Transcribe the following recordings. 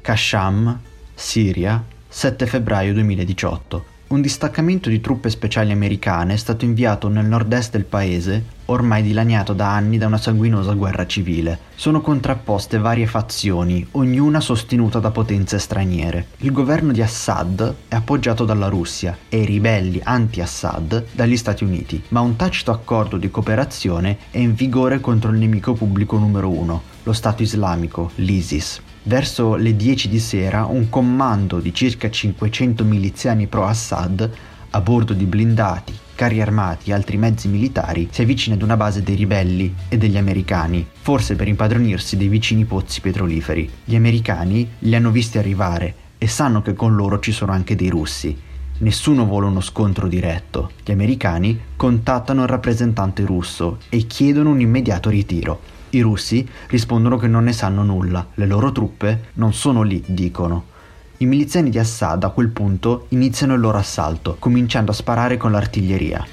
Qashm, Siria, 7 febbraio 2018. Un distaccamento di truppe speciali americane è stato inviato nel nord-est del paese, ormai dilaniato da anni da una sanguinosa guerra civile. Sono contrapposte varie fazioni, ognuna sostenuta da potenze straniere. Il governo di Assad è appoggiato dalla Russia e i ribelli anti-Assad dagli Stati Uniti, ma un tacito accordo di cooperazione è in vigore contro il nemico pubblico numero uno, lo Stato islamico, l'ISIS. Verso le 10 di sera un commando di circa 500 miliziani pro-Assad, a bordo di blindati, carri armati e altri mezzi militari, si avvicina ad una base dei ribelli e degli americani, forse per impadronirsi dei vicini pozzi petroliferi. Gli americani li hanno visti arrivare e sanno che con loro ci sono anche dei russi. Nessuno vuole uno scontro diretto. Gli americani contattano il rappresentante russo e chiedono un immediato ritiro. I russi rispondono che non ne sanno nulla, le loro truppe non sono lì, dicono. I miliziani di Assad a quel punto iniziano il loro assalto, cominciando a sparare con l'artiglieria.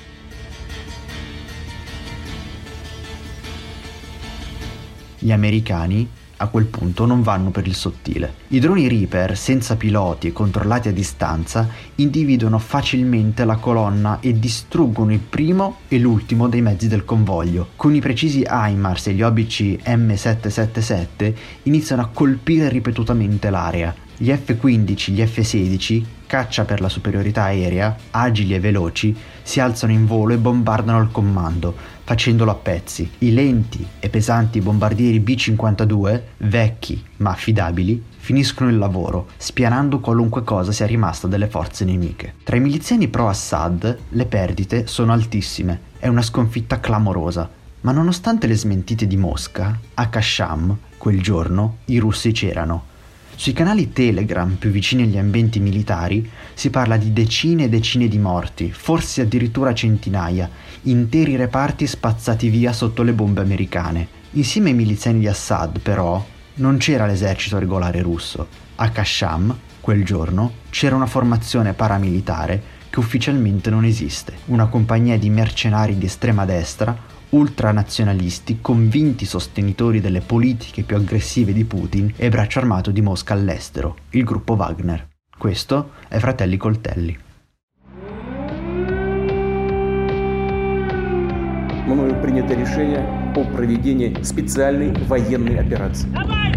Gli americani a quel punto non vanno per il sottile. I droni Reaper, senza piloti e controllati a distanza, individuano facilmente la colonna e distruggono il primo e l'ultimo dei mezzi del convoglio. Con i precisi HIMARS e gli obici M777 iniziano a colpire ripetutamente l'area. Gli F-15, gli F-16, caccia per la superiorità aerea, agili e veloci, si alzano in volo e bombardano il comando, facendolo a pezzi. I lenti e pesanti bombardieri B-52, vecchi ma affidabili, finiscono il lavoro, spianando qualunque cosa sia rimasta delle forze nemiche. Tra i miliziani pro-Assad le perdite sono altissime, è una sconfitta clamorosa. Ma nonostante le smentite di Mosca, a Qashm, quel giorno, i russi c'erano. Sui canali Telegram più vicini agli ambienti militari si parla di decine e decine di morti, forse addirittura centinaia, interi reparti spazzati via sotto le bombe americane. Insieme ai miliziani di Assad, però, non c'era l'esercito regolare russo. A Qashm, quel giorno, c'era una formazione paramilitare che ufficialmente non esiste, una compagnia di mercenari di estrema destra, ultranazionalisti, convinti sostenitori delle politiche più aggressive di Putin e braccio armato di Mosca all'estero, il gruppo Wagner. Questo è Fratelli Coltelli. Мною принято решение о проведении специальной военной операции.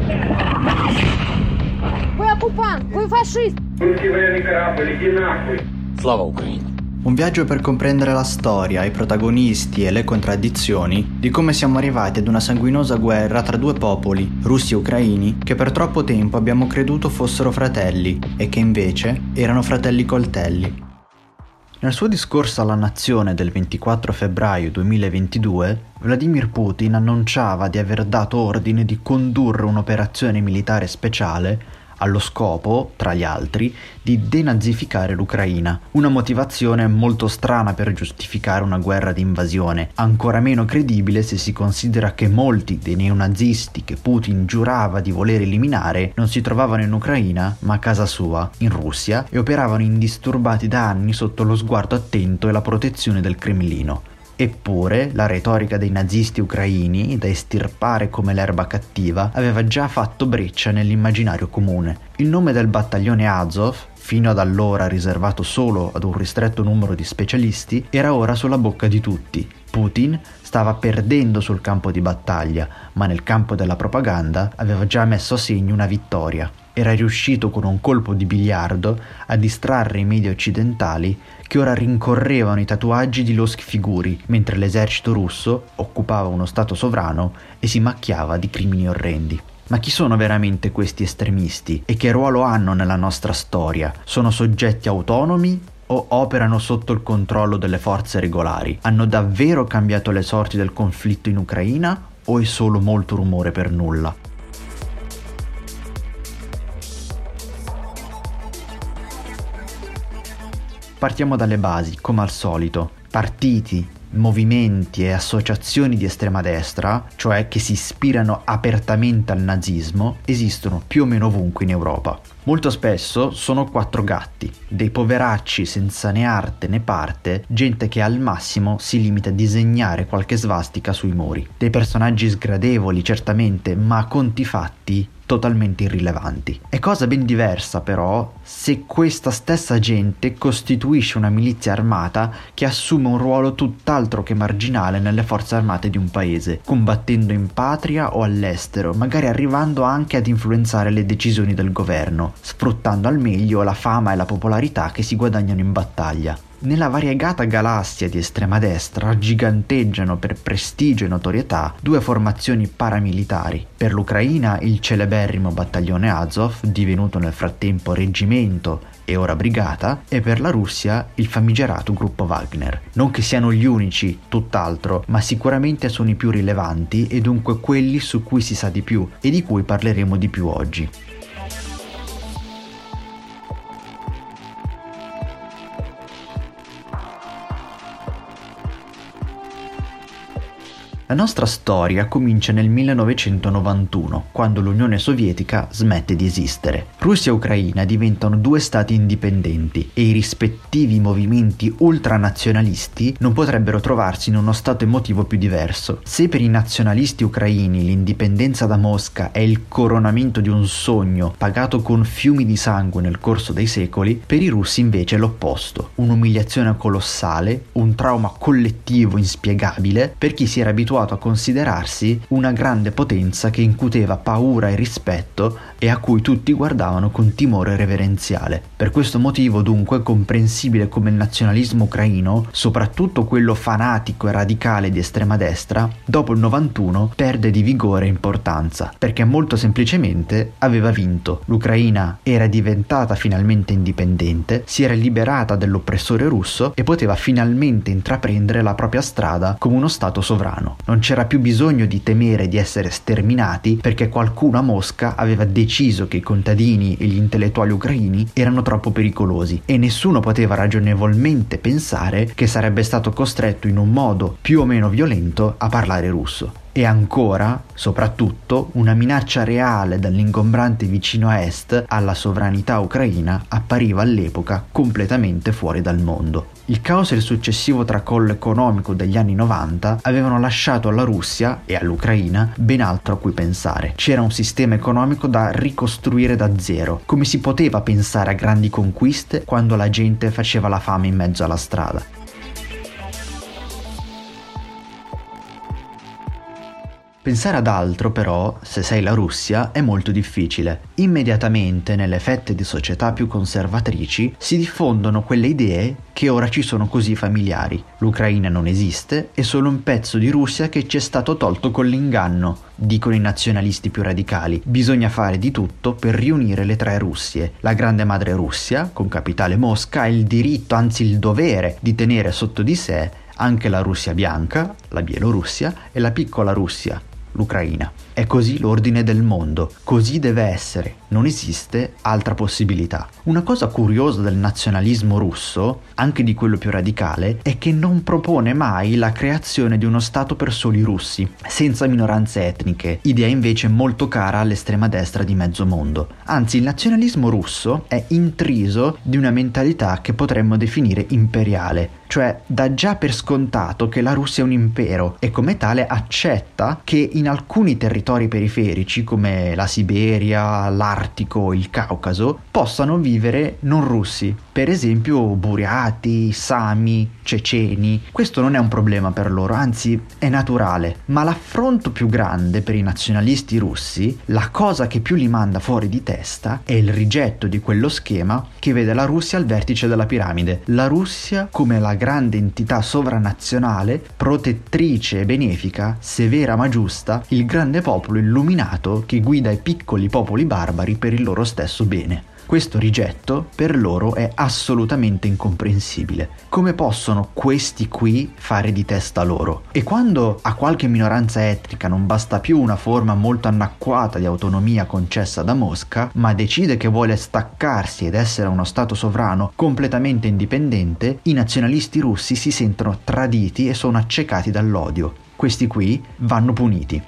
Вы оккупант! Вы фашист! Русский военный корабль, иди нахуй! Слава Україні! Un viaggio per comprendere la storia, i protagonisti e le contraddizioni di come siamo arrivati ad una sanguinosa guerra tra due popoli, russi e ucraini, che per troppo tempo abbiamo creduto fossero fratelli e che invece erano fratelli coltelli. Nel suo discorso alla nazione del 24 febbraio 2022, Vladimir Putin annunciava di aver dato ordine di condurre un'operazione militare speciale allo scopo, tra gli altri, di denazificare l'Ucraina. Una motivazione molto strana per giustificare una guerra di invasione, ancora meno credibile se si considera che molti dei neonazisti che Putin giurava di voler eliminare non si trovavano in Ucraina, ma a casa sua, in Russia, e operavano indisturbati da anni sotto lo sguardo attento e la protezione del Cremlino. Eppure la retorica dei nazisti ucraini, da estirpare come l'erba cattiva, aveva già fatto breccia nell'immaginario comune. Il nome del battaglione Azov, fino ad allora riservato solo ad un ristretto numero di specialisti, era ora sulla bocca di tutti. Putin stava perdendo sul campo di battaglia, ma nel campo della propaganda aveva già messo a segno una vittoria. Era riuscito con un colpo di biliardo a distrarre i media occidentali che ora rincorrevano i tatuaggi di Loschi Figuri, mentre l'esercito russo occupava uno stato sovrano e si macchiava di crimini orrendi. Ma chi sono veramente questi estremisti e che ruolo hanno nella nostra storia? Sono soggetti autonomi o operano sotto il controllo delle forze regolari? Hanno davvero cambiato le sorti del conflitto in Ucraina o è solo molto rumore per nulla? Partiamo dalle basi, come al solito. Partiti, movimenti e associazioni di estrema destra, cioè che si ispirano apertamente al nazismo, esistono più o meno ovunque in Europa. Molto spesso sono quattro gatti, dei poveracci senza né arte né parte, gente che al massimo si limita a disegnare qualche svastica sui muri. Dei personaggi sgradevoli certamente, ma a conti fatti totalmente irrilevanti. È cosa ben diversa però se questa stessa gente costituisce una milizia armata che assume un ruolo tutt'altro che marginale nelle forze armate di un paese, combattendo in patria o all'estero, magari arrivando anche ad influenzare le decisioni del governo, sfruttando al meglio la fama e la popolarità che si guadagnano in battaglia. Nella variegata galassia di estrema destra giganteggiano per prestigio e notorietà due formazioni paramilitari. Per l'Ucraina il celeberrimo battaglione Azov, divenuto nel frattempo reggimento e ora brigata, e per la Russia il famigerato gruppo Wagner. Non che siano gli unici, tutt'altro, ma sicuramente sono i più rilevanti e dunque quelli su cui si sa di più e di cui parleremo di più oggi. La nostra storia comincia nel 1991, quando l'Unione Sovietica smette di esistere. Russia e Ucraina diventano due stati indipendenti e i rispettivi movimenti ultranazionalisti non potrebbero trovarsi in uno stato emotivo più diverso. Se per i nazionalisti ucraini l'indipendenza da Mosca è il coronamento di un sogno pagato con fiumi di sangue nel corso dei secoli, per i russi invece è l'opposto. Un'umiliazione colossale, un trauma collettivo inspiegabile per chi si era abituato a considerarsi una grande potenza che incuteva paura e rispetto e a cui tutti guardavano con timore reverenziale. Per questo motivo dunque è comprensibile come il nazionalismo ucraino, soprattutto quello fanatico e radicale di estrema destra, dopo il 91 perde di vigore e importanza, perché molto semplicemente aveva vinto. L'Ucraina era diventata finalmente indipendente, si era liberata dell'oppressore russo e poteva finalmente intraprendere la propria strada come uno stato sovrano. Non c'era più bisogno di temere di essere sterminati perché qualcuno a Mosca aveva deciso che i contadini e gli intellettuali ucraini erano troppo pericolosi e nessuno poteva ragionevolmente pensare che sarebbe stato costretto in un modo più o meno violento a parlare russo. E ancora, soprattutto, una minaccia reale dall'ingombrante vicino a est alla sovranità ucraina appariva all'epoca completamente fuori dal mondo. Il caos e il successivo tracollo economico degli anni 90 avevano lasciato alla Russia e all'Ucraina ben altro a cui pensare. C'era un sistema economico da ricostruire da zero. Come si poteva pensare a grandi conquiste quando la gente faceva la fame in mezzo alla strada? Pensare ad altro però, se sei la Russia, è molto difficile. Immediatamente nelle fette di società più conservatrici si diffondono quelle idee che ora ci sono così familiari. L'Ucraina non esiste, è solo un pezzo di Russia che ci è stato tolto con l'inganno, dicono i nazionalisti più radicali. Bisogna fare di tutto per riunire le tre Russie. La grande madre Russia, con capitale Mosca, ha il diritto, anzi il dovere, di tenere sotto di sé anche la Russia bianca, la Bielorussia, e la piccola Russia, l'Ucraina. È così l'ordine del mondo, così deve essere, non esiste altra possibilità. Una cosa curiosa del nazionalismo russo, anche di quello più radicale, è che non propone mai la creazione di uno stato per soli russi, senza minoranze etniche, idea invece molto cara all'estrema destra di mezzo mondo. Anzi, il nazionalismo russo è intriso di una mentalità che potremmo definire imperiale, cioè dà già per scontato che la Russia è un impero e come tale accetta che in alcuni territori periferici come la Siberia, l'Artico, il Caucaso possano vivere non russi, per esempio buriati, sami, ceceni. Questo non è un problema per loro, anzi è naturale, ma l'affronto più grande per i nazionalisti russi, la cosa che più li manda fuori di testa, è il rigetto di quello schema che vede la Russia al vertice della piramide, la Russia come la grande entità sovranazionale, protettrice e benefica, severa ma giusta, il grande popolo illuminato che guida i piccoli popoli barbari per il loro stesso bene. Questo rigetto per loro è assolutamente incomprensibile. Come possono questi qui fare di testa loro? E quando a qualche minoranza etnica non basta più una forma molto annacquata di autonomia concessa da Mosca, ma decide che vuole staccarsi ed essere uno stato sovrano completamente indipendente, i nazionalisti russi si sentono traditi e sono accecati dall'odio. Questi qui vanno puniti.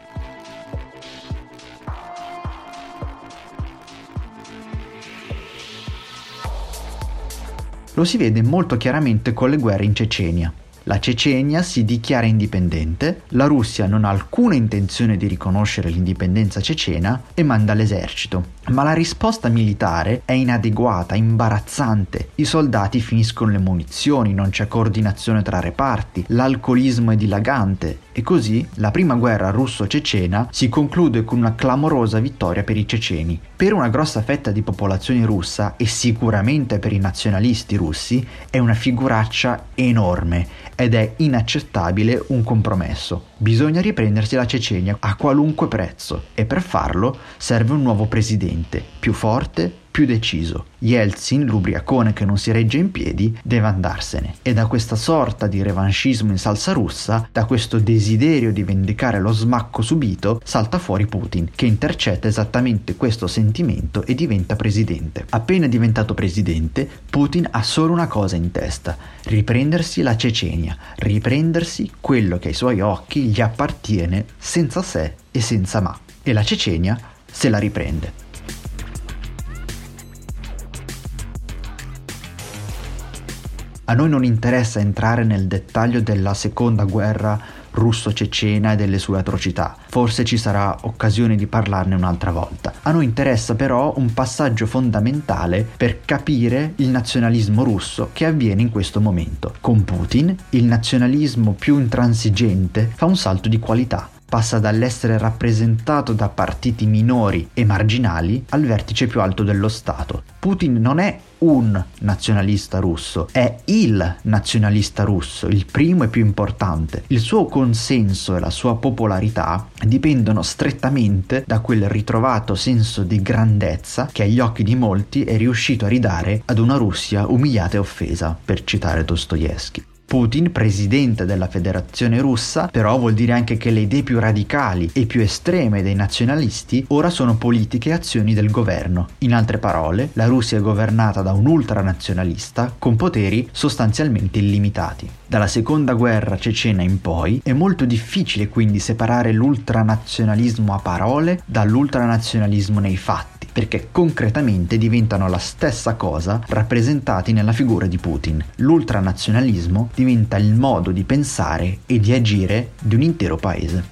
Lo si vede molto chiaramente con le guerre in Cecenia. La Cecenia si dichiara indipendente, la Russia non ha alcuna intenzione di riconoscere l'indipendenza cecena e manda l'esercito. Ma la risposta militare è inadeguata, imbarazzante. I soldati finiscono le munizioni, non c'è coordinazione tra reparti, l'alcolismo è dilagante e così la prima guerra russo-cecena si conclude con una clamorosa vittoria per i ceceni. Per una grossa fetta di popolazione russa e sicuramente per i nazionalisti russi è una figuraccia enorme ed è inaccettabile un compromesso. Bisogna riprendersi la Cecenia a qualunque prezzo e per farlo serve un nuovo presidente, più forte, più deciso. Yeltsin, l'ubriacone che non si regge in piedi, deve andarsene. E da questa sorta di revanchismo in salsa russa, da questo desiderio di vendicare lo smacco subito, salta fuori Putin, che intercetta esattamente questo sentimento e diventa presidente. Appena diventato presidente, Putin ha solo una cosa in testa: riprendersi la Cecenia, riprendersi quello che ai suoi occhi gli appartiene senza se e senza ma. E la Cecenia se la riprende. A noi non interessa entrare nel dettaglio della seconda guerra russo-cecena e delle sue atrocità, forse ci sarà occasione di parlarne un'altra volta. A noi interessa però un passaggio fondamentale per capire il nazionalismo russo che avviene in questo momento. Con Putin il nazionalismo più intransigente fa un salto di qualità. Passa dall'essere rappresentato da partiti minori e marginali al vertice più alto dello Stato. Putin non è un nazionalista russo, è il nazionalista russo, il primo e più importante. Il suo consenso e la sua popolarità dipendono strettamente da quel ritrovato senso di grandezza che agli occhi di molti è riuscito a ridare ad una Russia umiliata e offesa, per citare Dostoevskij. Putin, presidente della Federazione Russa, però vuol dire anche che le idee più radicali e più estreme dei nazionalisti ora sono politiche e azioni del governo. In altre parole, la Russia è governata da un ultranazionalista con poteri sostanzialmente illimitati. Dalla seconda guerra cecena in poi è molto difficile quindi separare l'ultranazionalismo a parole dall'ultranazionalismo nei fatti, perché concretamente diventano la stessa cosa rappresentati nella figura di Putin. L'ultranazionalismo diventa il modo di pensare e di agire di un intero paese.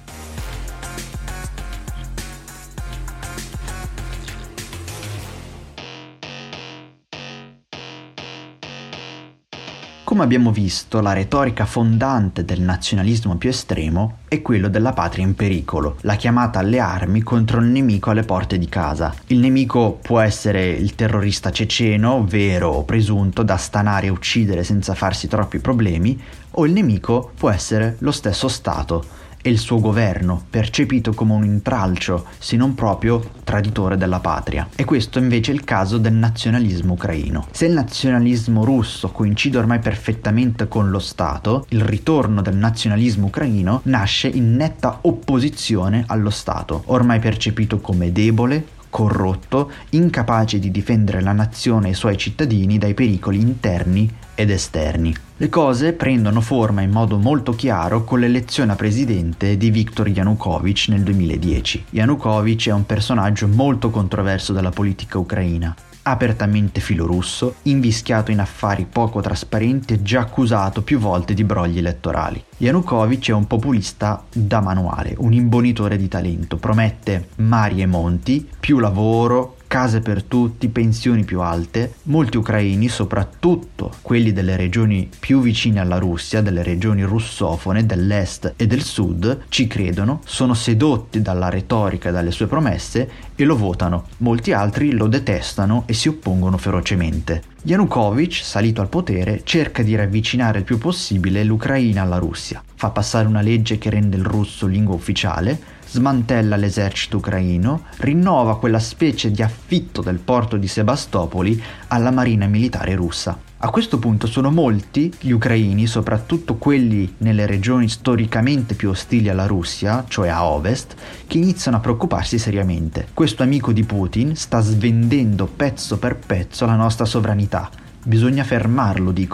Come abbiamo visto, la retorica fondante del nazionalismo più estremo è quello della patria in pericolo, la chiamata alle armi contro il nemico alle porte di casa. Il nemico può essere il terrorista ceceno, vero o presunto, da stanare e uccidere senza farsi troppi problemi, o il nemico può essere lo stesso Stato e il suo governo, percepito come un intralcio, se non proprio traditore della patria. E questo invece è il caso del nazionalismo ucraino. Se il nazionalismo russo coincide ormai perfettamente con lo Stato, il ritorno del nazionalismo ucraino nasce in netta opposizione allo Stato, ormai percepito come debole, corrotto, incapace di difendere la nazione e i suoi cittadini dai pericoli interni ed esterni. Le cose prendono forma in modo molto chiaro con l'elezione a presidente di Viktor Yanukovych nel 2010. Yanukovych è un personaggio molto controverso della politica ucraina. Apertamente filorusso, invischiato in affari poco trasparenti e già accusato più volte di brogli elettorali. Yanukovych è un populista da manuale, un imbonitore di talento, promette mari e monti, più lavoro, case per tutti, pensioni più alte. Molti ucraini, soprattutto quelli delle regioni più vicine alla Russia, delle regioni russofone dell'est e del sud, ci credono, sono sedotti dalla retorica e dalle sue promesse e lo votano. Molti altri lo detestano e si oppongono ferocemente. Yanukovych, salito al potere, cerca di ravvicinare il più possibile l'Ucraina alla Russia. Fa passare una legge che rende il russo lingua ufficiale, smantella l'esercito ucraino, rinnova quella specie di affitto del porto di Sebastopoli alla marina militare russa. A questo punto sono molti gli ucraini, soprattutto quelli nelle regioni storicamente più ostili alla Russia, cioè a ovest, che iniziano a preoccuparsi seriamente. Questo amico di Putin sta svendendo pezzo per pezzo la nostra sovranità. Bisogna fermarlo, dicono.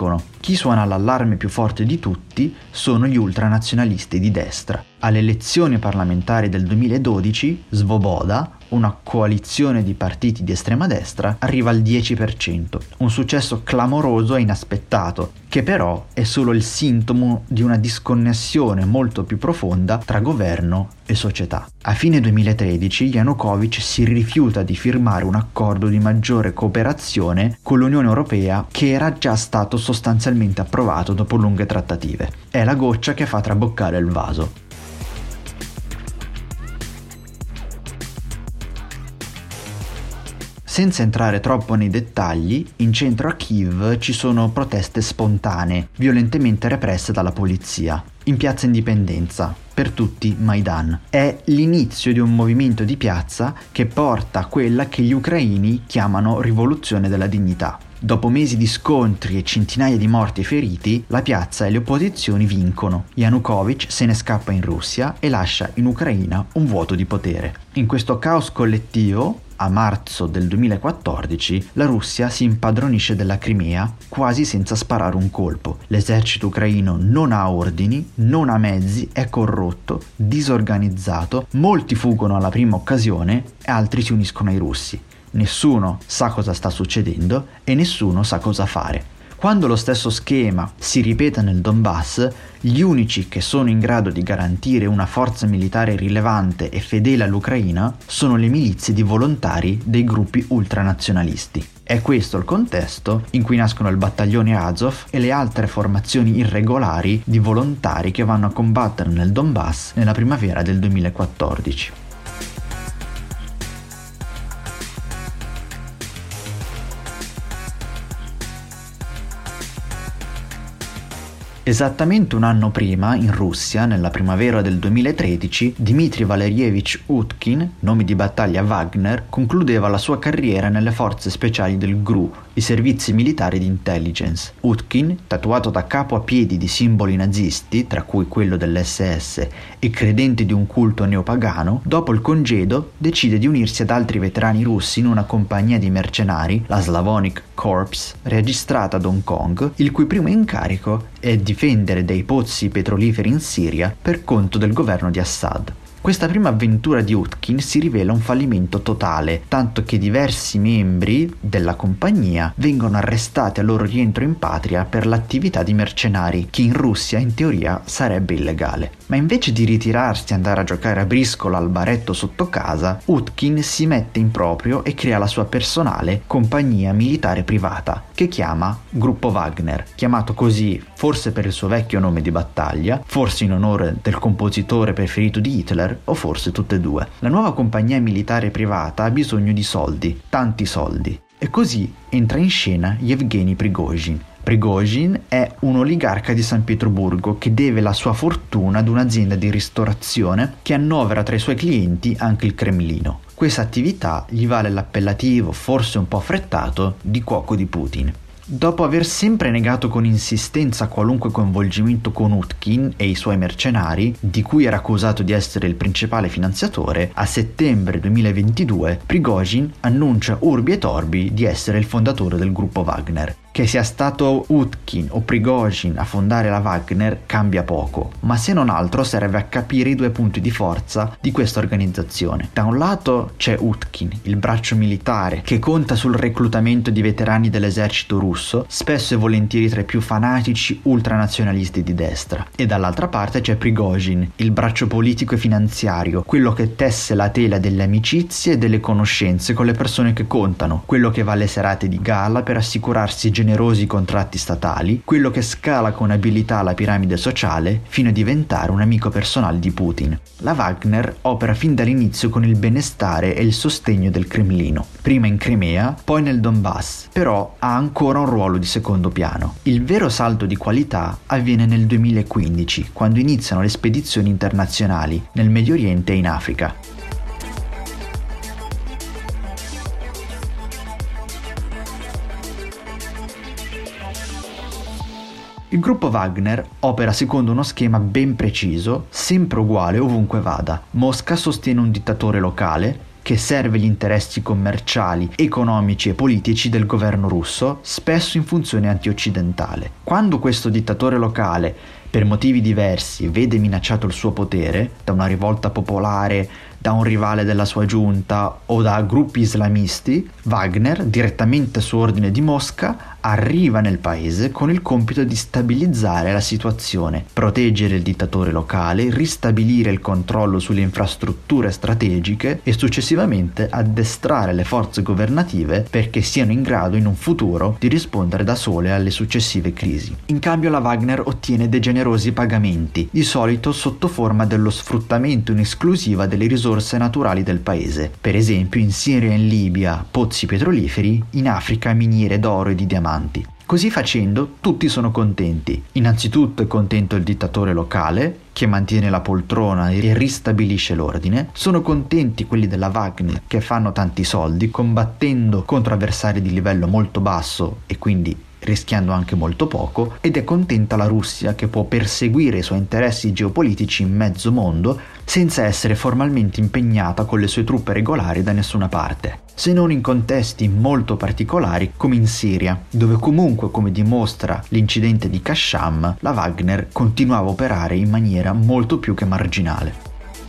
Chi suona l'allarme più forte di tutti sono gli ultranazionalisti di destra. Alle elezioni parlamentari del 2012, Svoboda, una coalizione di partiti di estrema destra, arriva al 10%, un successo clamoroso e inaspettato, che però è solo il sintomo di una disconnessione molto più profonda tra governo e società. A fine 2013 Yanukovych si rifiuta di firmare un accordo di maggiore cooperazione con l'Unione Europea che era già stato sostanzialmente approvato dopo lunghe trattative. È la goccia che fa traboccare il vaso. Senza entrare troppo nei dettagli, in centro a Kiev ci sono proteste spontanee, violentemente represse dalla polizia. In piazza Indipendenza, per tutti Maidan. È l'inizio di un movimento di piazza che porta a quella che gli ucraini chiamano rivoluzione della dignità. Dopo mesi di scontri e centinaia di morti e feriti, la piazza e le opposizioni vincono. Yanukovych se ne scappa in Russia e lascia in Ucraina un vuoto di potere. In questo caos collettivo, a marzo del 2014, la Russia si impadronisce della Crimea quasi senza sparare un colpo. L'esercito ucraino non ha ordini, non ha mezzi, è corrotto, disorganizzato, molti fuggono alla prima occasione e altri si uniscono ai russi. Nessuno sa cosa sta succedendo e nessuno sa cosa fare. Quando lo stesso schema si ripete nel Donbass, gli unici che sono in grado di garantire una forza militare rilevante e fedele all'Ucraina sono le milizie di volontari dei gruppi ultranazionalisti. È questo il contesto in cui nascono il battaglione Azov e le altre formazioni irregolari di volontari che vanno a combattere nel Donbass nella primavera del 2014. Esattamente un anno prima, in Russia, nella primavera del 2013, Dmitry Valerievich Utkin, nome di battaglia Wagner, concludeva la sua carriera nelle forze speciali del GRU, i servizi militari di intelligence. Utkin, tatuato da capo a piedi di simboli nazisti, tra cui quello dell'SS, e credente di un culto neopagano, dopo il congedo decide di unirsi ad altri veterani russi in una compagnia di mercenari, la Slavonic Corps, registrata ad Hong Kong, il cui primo incarico è difendere dei pozzi petroliferi in Siria per conto del governo di Assad. Questa prima avventura di Utkin si rivela un fallimento totale, tanto che diversi membri della compagnia vengono arrestati al loro rientro in patria per l'attività di mercenari, che in Russia in teoria sarebbe illegale. Ma invece di ritirarsi e andare a giocare a briscola al baretto sotto casa, Utkin si mette in proprio e crea la sua personale compagnia militare privata, che chiama Gruppo Wagner, chiamato così forse per il suo vecchio nome di battaglia, forse in onore del compositore preferito di Hitler, o forse tutte e due. La nuova compagnia militare privata ha bisogno di soldi, tanti soldi, e così entra in scena Yevgeny Prigozhin. Prigozhin è un oligarca di San Pietroburgo che deve la sua fortuna ad un'azienda di ristorazione che annovera tra i suoi clienti anche il Cremlino. Questa attività gli vale l'appellativo, forse un po' affrettato, di cuoco di Putin. Dopo aver sempre negato con insistenza qualunque coinvolgimento con Utkin e i suoi mercenari, di cui era accusato di essere il principale finanziatore, a settembre 2022 Prigozhin annuncia urbi e torbi di essere il fondatore del gruppo Wagner. Che sia stato Utkin o Prigozhin a fondare la Wagner cambia poco, ma se non altro serve a capire i due punti di forza di questa organizzazione. Da un lato c'è Utkin, il braccio militare, che conta sul reclutamento di veterani dell'esercito russo, spesso e volentieri tra i più fanatici ultranazionalisti di destra. E dall'altra parte c'è Prigozhin, il braccio politico e finanziario, quello che tesse la tela delle amicizie e delle conoscenze con le persone che contano, quello che va alle serate di gala per assicurarsi generosi contratti statali, quello che scala con abilità la piramide sociale fino a diventare un amico personale di Putin. La Wagner opera fin dall'inizio con il benestare e il sostegno del Cremlino, prima in Crimea, poi nel Donbass, però ha ancora un ruolo di secondo piano. Il vero salto di qualità avviene nel 2015, quando iniziano le spedizioni internazionali nel Medio Oriente e in Africa. Il gruppo Wagner opera secondo uno schema ben preciso, sempre uguale ovunque vada. Mosca sostiene un dittatore locale, che serve gli interessi commerciali, economici e politici del governo russo, spesso in funzione antioccidentale. Quando questo dittatore locale, per motivi diversi, vede minacciato il suo potere, da una rivolta popolare, da un rivale della sua giunta o da gruppi islamisti, Wagner, direttamente su ordine di Mosca, arriva nel paese con il compito di stabilizzare la situazione, proteggere il dittatore locale, ristabilire il controllo sulle infrastrutture strategiche e successivamente addestrare le forze governative perché siano in grado in un futuro di rispondere da sole alle successive crisi. In cambio la Wagner ottiene dei generosi pagamenti, di solito sotto forma dello sfruttamento in esclusiva delle risorse naturali del paese, per esempio in Siria e in Libia pozzi petroliferi, in Africa miniere d'oro e di diamanti. Così facendo tutti sono contenti. Innanzitutto è contento il dittatore locale, che mantiene la poltrona e ristabilisce l'ordine. Sono contenti quelli della Wagner, che fanno tanti soldi combattendo contro avversari di livello molto basso e quindi rischiando anche molto poco, ed è contenta la Russia, che può perseguire i suoi interessi geopolitici in mezzo mondo senza essere formalmente impegnata con le sue truppe regolari da nessuna parte, se non in contesti molto particolari come in Siria, dove comunque, come dimostra l'incidente di Qashm, la Wagner continuava a operare in maniera molto più che marginale.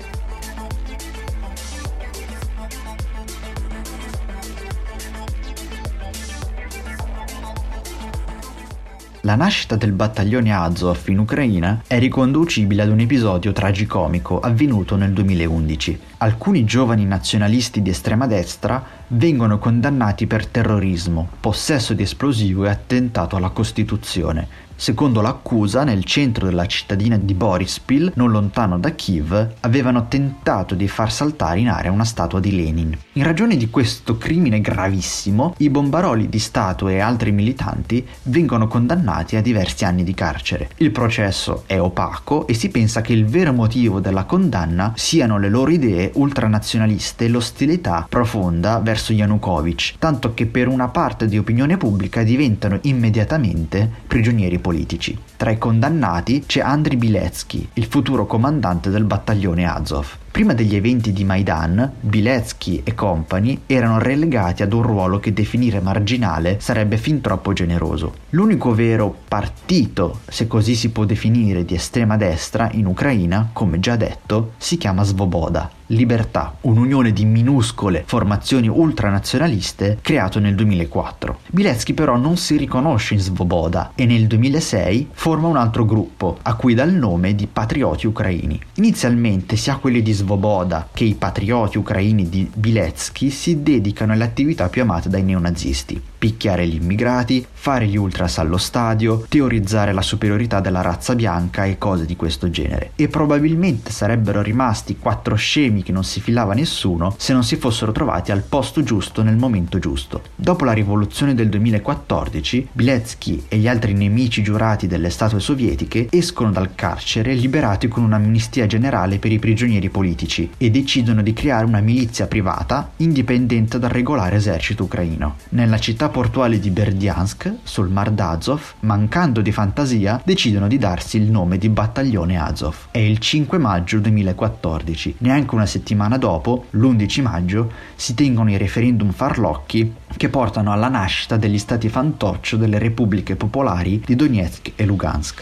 La nascita del battaglione Azov in Ucraina è riconducibile ad un episodio tragicomico avvenuto nel 2011. Alcuni giovani nazionalisti di estrema destra vengono condannati per terrorismo, possesso di esplosivo e attentato alla Costituzione. Secondo l'accusa, nel centro della cittadina di Borispil, non lontano da Kiev, avevano tentato di far saltare in aria una statua di Lenin. In ragione di questo crimine gravissimo, i bombaroli di statue e altri militanti vengono condannati a diversi anni di carcere. Il processo è opaco e si pensa che il vero motivo della condanna siano le loro idee ultranazionaliste e l'ostilità profonda verso Yanukovych, tanto che per una parte di opinione pubblica diventano immediatamente prigionieri politici. Tra i condannati c'è Andriy Biletsky, il futuro comandante del battaglione Azov. Prima degli eventi di Maidan, Biletsky e compagni erano relegati ad un ruolo che definire marginale sarebbe fin troppo generoso. L'unico vero partito, se così si può definire, di estrema destra in Ucraina, come già detto, si chiama Svoboda, Libertà, un'unione di minuscole formazioni ultranazionaliste creato nel 2004. Biletsky però non si riconosce in Svoboda e nel 2006 forma un altro gruppo, a cui dà il nome di Patrioti Ucraini. Inizialmente sia quelli di Svoboda che i patrioti ucraini di Biletsky si dedicano alle attività più amate dai neonazisti: picchiare gli immigrati, fare gli ultras allo stadio, teorizzare la superiorità della razza bianca e cose di questo genere. E probabilmente sarebbero rimasti quattro scemi che non si filava nessuno se non si fossero trovati al posto giusto nel momento giusto. Dopo la rivoluzione del 2014, Biletsky e gli altri nemici giurati delle statue sovietiche escono dal carcere liberati con un'amnistia generale per i prigionieri politici e decidono di creare una milizia privata indipendente dal regolare esercito ucraino. Nella città portuale di Berdyansk, sul Mar d'Azov, mancando di fantasia, decidono di darsi il nome di Battaglione Azov. È il 5 maggio 2014. Neanche una settimana dopo, l'11 maggio, si tengono i referendum farlocchi che portano alla nascita degli stati fantoccio delle repubbliche popolari di Donetsk e Lugansk.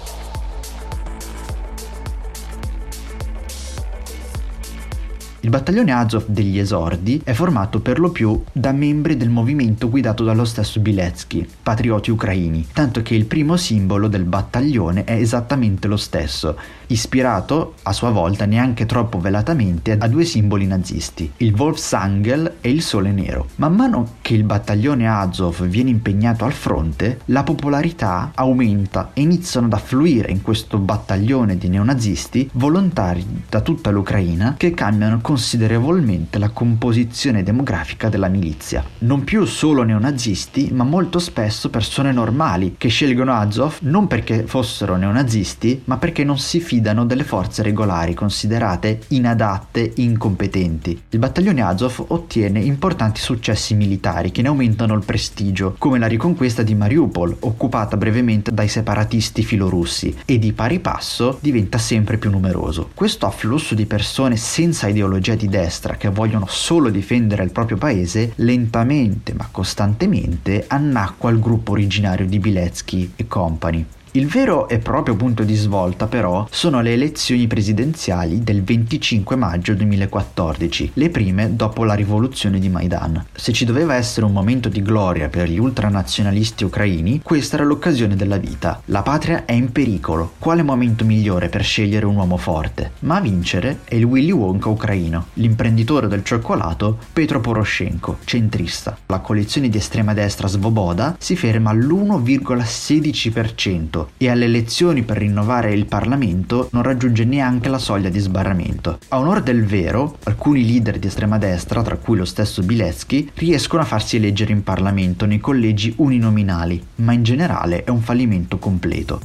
Il battaglione Azov degli esordi è formato per lo più da membri del movimento guidato dallo stesso Biletsky, Patrioti Ucraini, tanto che il primo simbolo del battaglione è esattamente lo stesso, ispirato a sua volta neanche troppo velatamente a due simboli nazisti, il Wolfsangel e il Sole Nero. Man mano che il battaglione Azov viene impegnato al fronte, la popolarità aumenta e iniziano ad affluire in questo battaglione di neonazisti volontari da tutta l'Ucraina che cambiano considerevolmente la composizione demografica della milizia. Non più solo neonazisti, ma molto spesso persone normali che scelgono Azov non perché fossero neonazisti, ma perché non si fidano delle forze regolari considerate inadatte e incompetenti. Il battaglione Azov ottiene importanti successi militari che ne aumentano il prestigio, come la riconquista di Mariupol, occupata brevemente dai separatisti filorussi, e di pari passo diventa sempre più numeroso. Questo afflusso di persone senza ideologia ideologia di destra che vogliono solo difendere il proprio paese, lentamente ma costantemente annacqua il gruppo originario di Bielecki e compagni. Il vero e proprio punto di svolta però sono le elezioni presidenziali del 25 maggio 2014, le prime dopo la rivoluzione di Maidan. Se ci doveva essere un momento di gloria per gli ultranazionalisti ucraini, questa era l'occasione della vita. La patria è in pericolo, quale momento migliore per scegliere un uomo forte? Ma a vincere è il Willy Wonka ucraino, l'imprenditore del cioccolato Petro Poroshenko, centrista. La coalizione di estrema destra Svoboda si ferma all'1,16%, e alle elezioni per rinnovare il Parlamento non raggiunge neanche la soglia di sbarramento. A onor del vero, alcuni leader di estrema destra, tra cui lo stesso Bielecki, riescono a farsi eleggere in Parlamento nei collegi uninominali, ma in generale è un fallimento completo.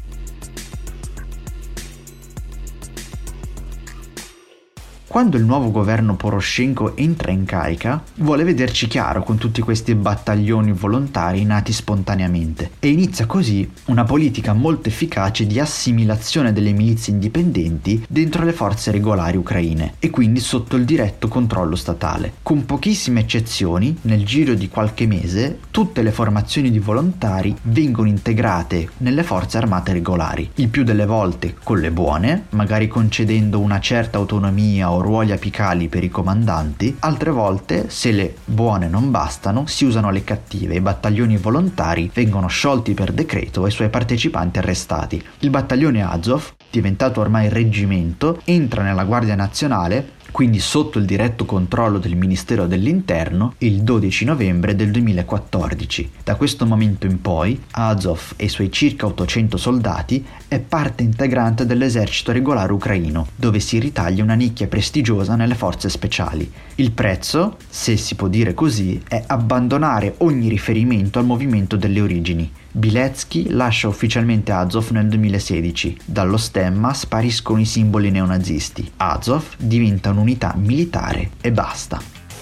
Quando il nuovo governo Poroshenko entra in carica, vuole vederci chiaro con tutti questi battaglioni volontari nati spontaneamente e inizia così una politica molto efficace di assimilazione delle milizie indipendenti dentro le forze regolari ucraine e quindi sotto il diretto controllo statale. Con pochissime eccezioni, nel giro di qualche mese, tutte le formazioni di volontari vengono integrate nelle forze armate regolari, il più delle volte con le buone, magari concedendo una certa autonomia o ruoli apicali per i comandanti, altre volte, se le buone non bastano, si usano le cattive. I battaglioni volontari vengono sciolti per decreto e i suoi partecipanti arrestati. Il battaglione Azov, diventato ormai reggimento, entra nella Guardia Nazionale, quindi sotto il diretto controllo del Ministero dell'Interno, il 12 novembre del 2014. Da questo momento in poi, Azov e i suoi circa 800 soldati è parte integrante dell'esercito regolare ucraino, dove si ritaglia una nicchia prestigiosa nelle forze speciali. Il prezzo, se si può dire così, è abbandonare ogni riferimento al movimento delle origini. Bielecki lascia ufficialmente Azov nel 2016. Dallo stemma spariscono i simboli neonazisti. Azov diventa un'unità militare e basta.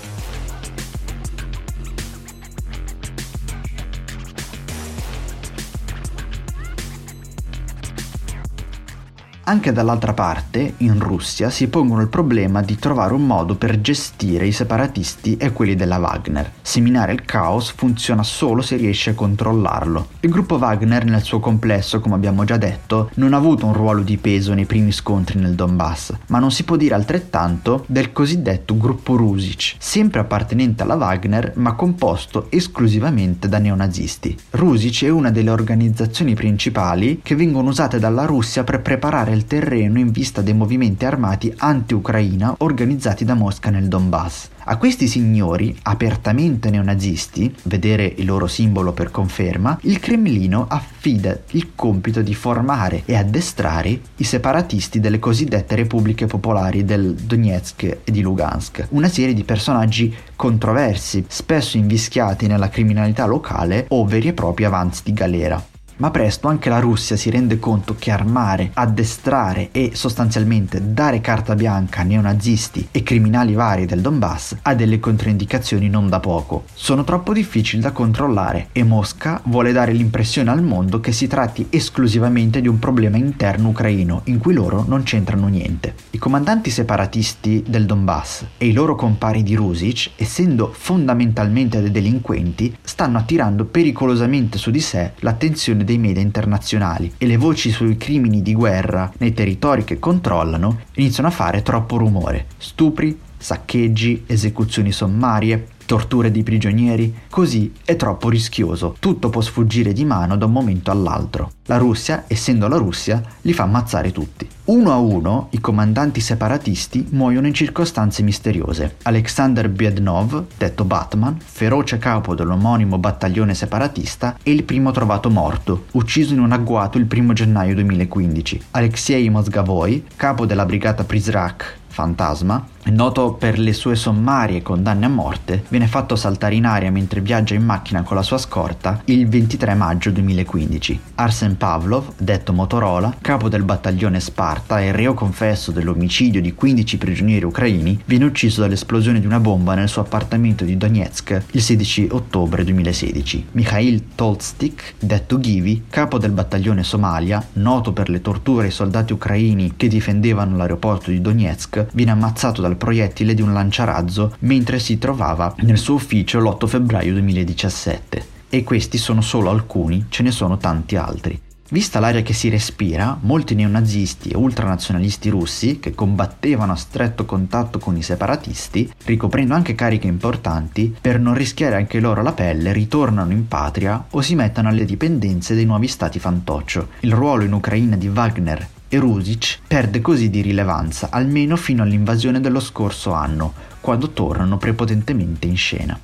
Anche dall'altra parte, in Russia, si pongono il problema di trovare un modo per gestire i separatisti e quelli della Wagner. Seminare il caos funziona solo se riesce a controllarlo. Il gruppo Wagner nel suo complesso, come abbiamo già detto, non ha avuto un ruolo di peso nei primi scontri nel Donbass, ma non si può dire altrettanto del cosiddetto gruppo Rusic, sempre appartenente alla Wagner ma composto esclusivamente da neonazisti. Rusic è una delle organizzazioni principali che vengono usate dalla Russia per preparare il terreno in vista dei movimenti armati anti-Ucraina organizzati da Mosca nel Donbass. A questi signori, apertamente neonazisti, vedere il loro simbolo per conferma, il Cremlino affida il compito di formare e addestrare i separatisti delle cosiddette repubbliche popolari del Donetsk e di Lugansk, una serie di personaggi controversi, spesso invischiati nella criminalità locale o veri e propri avanzi di galera. Ma presto anche la Russia si rende conto che armare, addestrare e sostanzialmente dare carta bianca a neonazisti e criminali vari del Donbass ha delle controindicazioni non da poco. Sono troppo difficili da controllare e Mosca vuole dare l'impressione al mondo che si tratti esclusivamente di un problema interno ucraino in cui loro non c'entrano niente. I comandanti separatisti del Donbass e i loro compari di Rusic, essendo fondamentalmente dei delinquenti, stanno attirando pericolosamente su di sé l'attenzione dei media internazionali e le voci sui crimini di guerra nei territori che controllano iniziano a fare troppo rumore. Stupri, saccheggi, esecuzioni sommarie, torture di prigionieri, così è troppo rischioso, tutto può sfuggire di mano da un momento all'altro. La Russia, essendo la Russia, li fa ammazzare tutti. Uno a uno i comandanti separatisti muoiono in circostanze misteriose. Alexander Biednov, detto Batman, feroce capo dell'omonimo battaglione separatista, è il primo trovato morto, ucciso in un agguato il 1 gennaio 2015. Alexei Mozgavoi, capo della brigata Prizrak, Fantasma, noto per le sue sommarie condanne a morte, viene fatto saltare in aria mentre viaggia in macchina con la sua scorta il 23 maggio 2015. Arsen Pavlov, detto Motorola, capo del battaglione Sparta e reo confesso dell'omicidio di 15 prigionieri ucraini, viene ucciso dall'esplosione di una bomba nel suo appartamento di Donetsk il 16 ottobre 2016. Mikhail Tolstik, detto Givi, capo del battaglione Somalia, noto per le torture ai soldati ucraini che difendevano l'aeroporto di Donetsk, viene ammazzato dal dal proiettile di un lanciarazzo mentre si trovava nel suo ufficio l'8 febbraio 2017. E questi sono solo alcuni, ce ne sono tanti altri. Vista l'aria che si respira, molti neonazisti e ultranazionalisti russi, che combattevano a stretto contatto con i separatisti, ricoprendo anche cariche importanti, per non rischiare anche loro la pelle, ritornano in patria o si mettono alle dipendenze dei nuovi stati fantoccio. Il ruolo in Ucraina di Wagner e Rusic perde così di rilevanza, almeno fino all'invasione dello scorso anno, quando tornano prepotentemente in scena.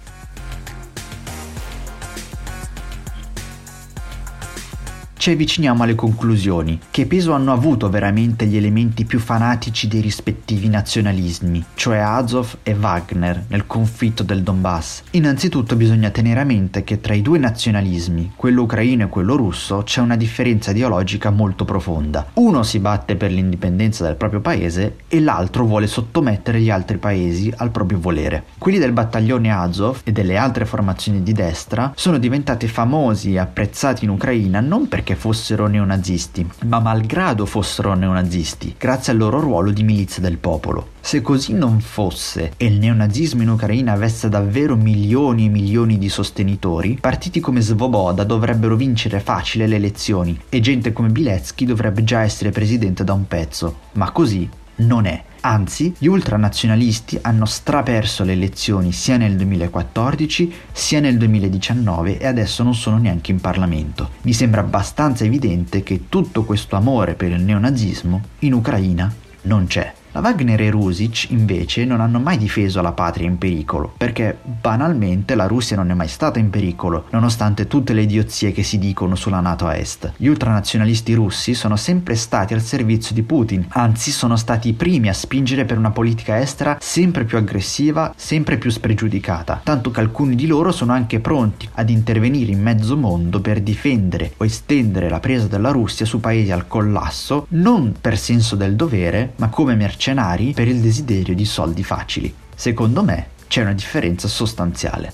Ci avviciniamo alle conclusioni. Che peso hanno avuto veramente gli elementi più fanatici dei rispettivi nazionalismi, cioè Azov e Wagner, nel conflitto del Donbass? Innanzitutto bisogna tenere a mente che tra i due nazionalismi, quello ucraino e quello russo, c'è una differenza ideologica molto profonda. Uno si batte per l'indipendenza del proprio paese e l'altro vuole sottomettere gli altri paesi al proprio volere. Quelli del battaglione Azov e delle altre formazioni di destra sono diventati famosi e apprezzati in Ucraina non perché fossero neonazisti, ma malgrado fossero neonazisti, grazie al loro ruolo di milizia del popolo. Se così non fosse e il neonazismo in Ucraina avesse davvero milioni e milioni di sostenitori, partiti come Svoboda dovrebbero vincere facile le elezioni e gente come Bilecki dovrebbe già essere presidente da un pezzo, ma così non è. Anzi, gli ultranazionalisti hanno straperso le elezioni sia nel 2014 sia nel 2019 e adesso non sono neanche in Parlamento. Mi sembra abbastanza evidente che tutto questo amore per il neonazismo in Ucraina non c'è. La Wagner e Rusic invece non hanno mai difeso la patria in pericolo, perché banalmente la Russia non è mai stata in pericolo, nonostante tutte le idiozie che si dicono sulla NATO a est. Gli ultranazionalisti russi sono sempre stati al servizio di Putin, anzi sono stati i primi a spingere per una politica estera sempre più aggressiva, sempre più spregiudicata, tanto che alcuni di loro sono anche pronti ad intervenire in mezzo mondo per difendere o estendere la presa della Russia su paesi al collasso, non per senso del dovere, ma come mercenari per il desiderio di soldi facili. Secondo me c'è una differenza sostanziale.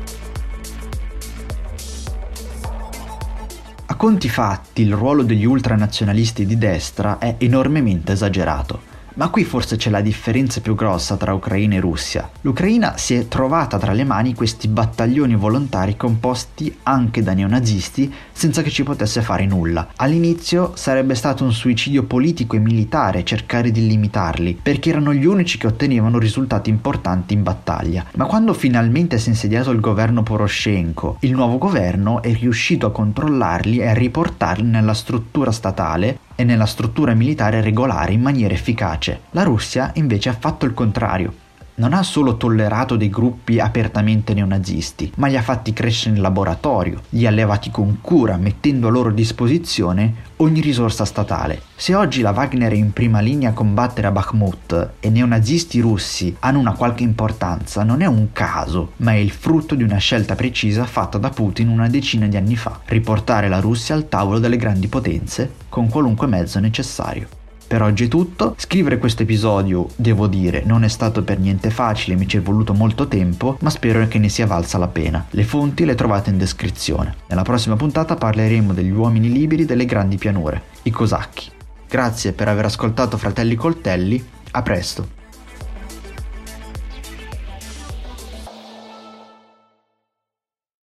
A conti fatti, il ruolo degli ultranazionalisti di destra è enormemente esagerato. Ma qui forse c'è la differenza più grossa tra Ucraina e Russia. L'Ucraina si è trovata tra le mani questi battaglioni volontari composti anche da neonazisti senza che ci potesse fare nulla. All'inizio sarebbe stato un suicidio politico e militare cercare di limitarli, perché erano gli unici che ottenevano risultati importanti in battaglia. Ma quando finalmente si è insediato il governo Poroshenko, il nuovo governo è riuscito a controllarli e a riportarli nella struttura statale e nella struttura militare regolare in maniera efficace. La Russia invece ha fatto il contrario. Non ha solo tollerato dei gruppi apertamente neonazisti, ma li ha fatti crescere in laboratorio, li ha allevati con cura, mettendo a loro disposizione ogni risorsa statale. Se oggi la Wagner è in prima linea a combattere a Bakhmut e neonazisti russi hanno una qualche importanza, non è un caso, ma è il frutto di una scelta precisa fatta da Putin una decina di anni fa: riportare la Russia al tavolo delle grandi potenze con qualunque mezzo necessario. Per oggi è tutto. Scrivere questo episodio, devo dire, non è stato per niente facile, mi ci è voluto molto tempo, ma spero che ne sia valsa la pena. Le fonti le trovate in descrizione. Nella prossima puntata parleremo degli uomini liberi delle grandi pianure, i cosacchi. Grazie per aver ascoltato Fratelli Coltelli, a presto.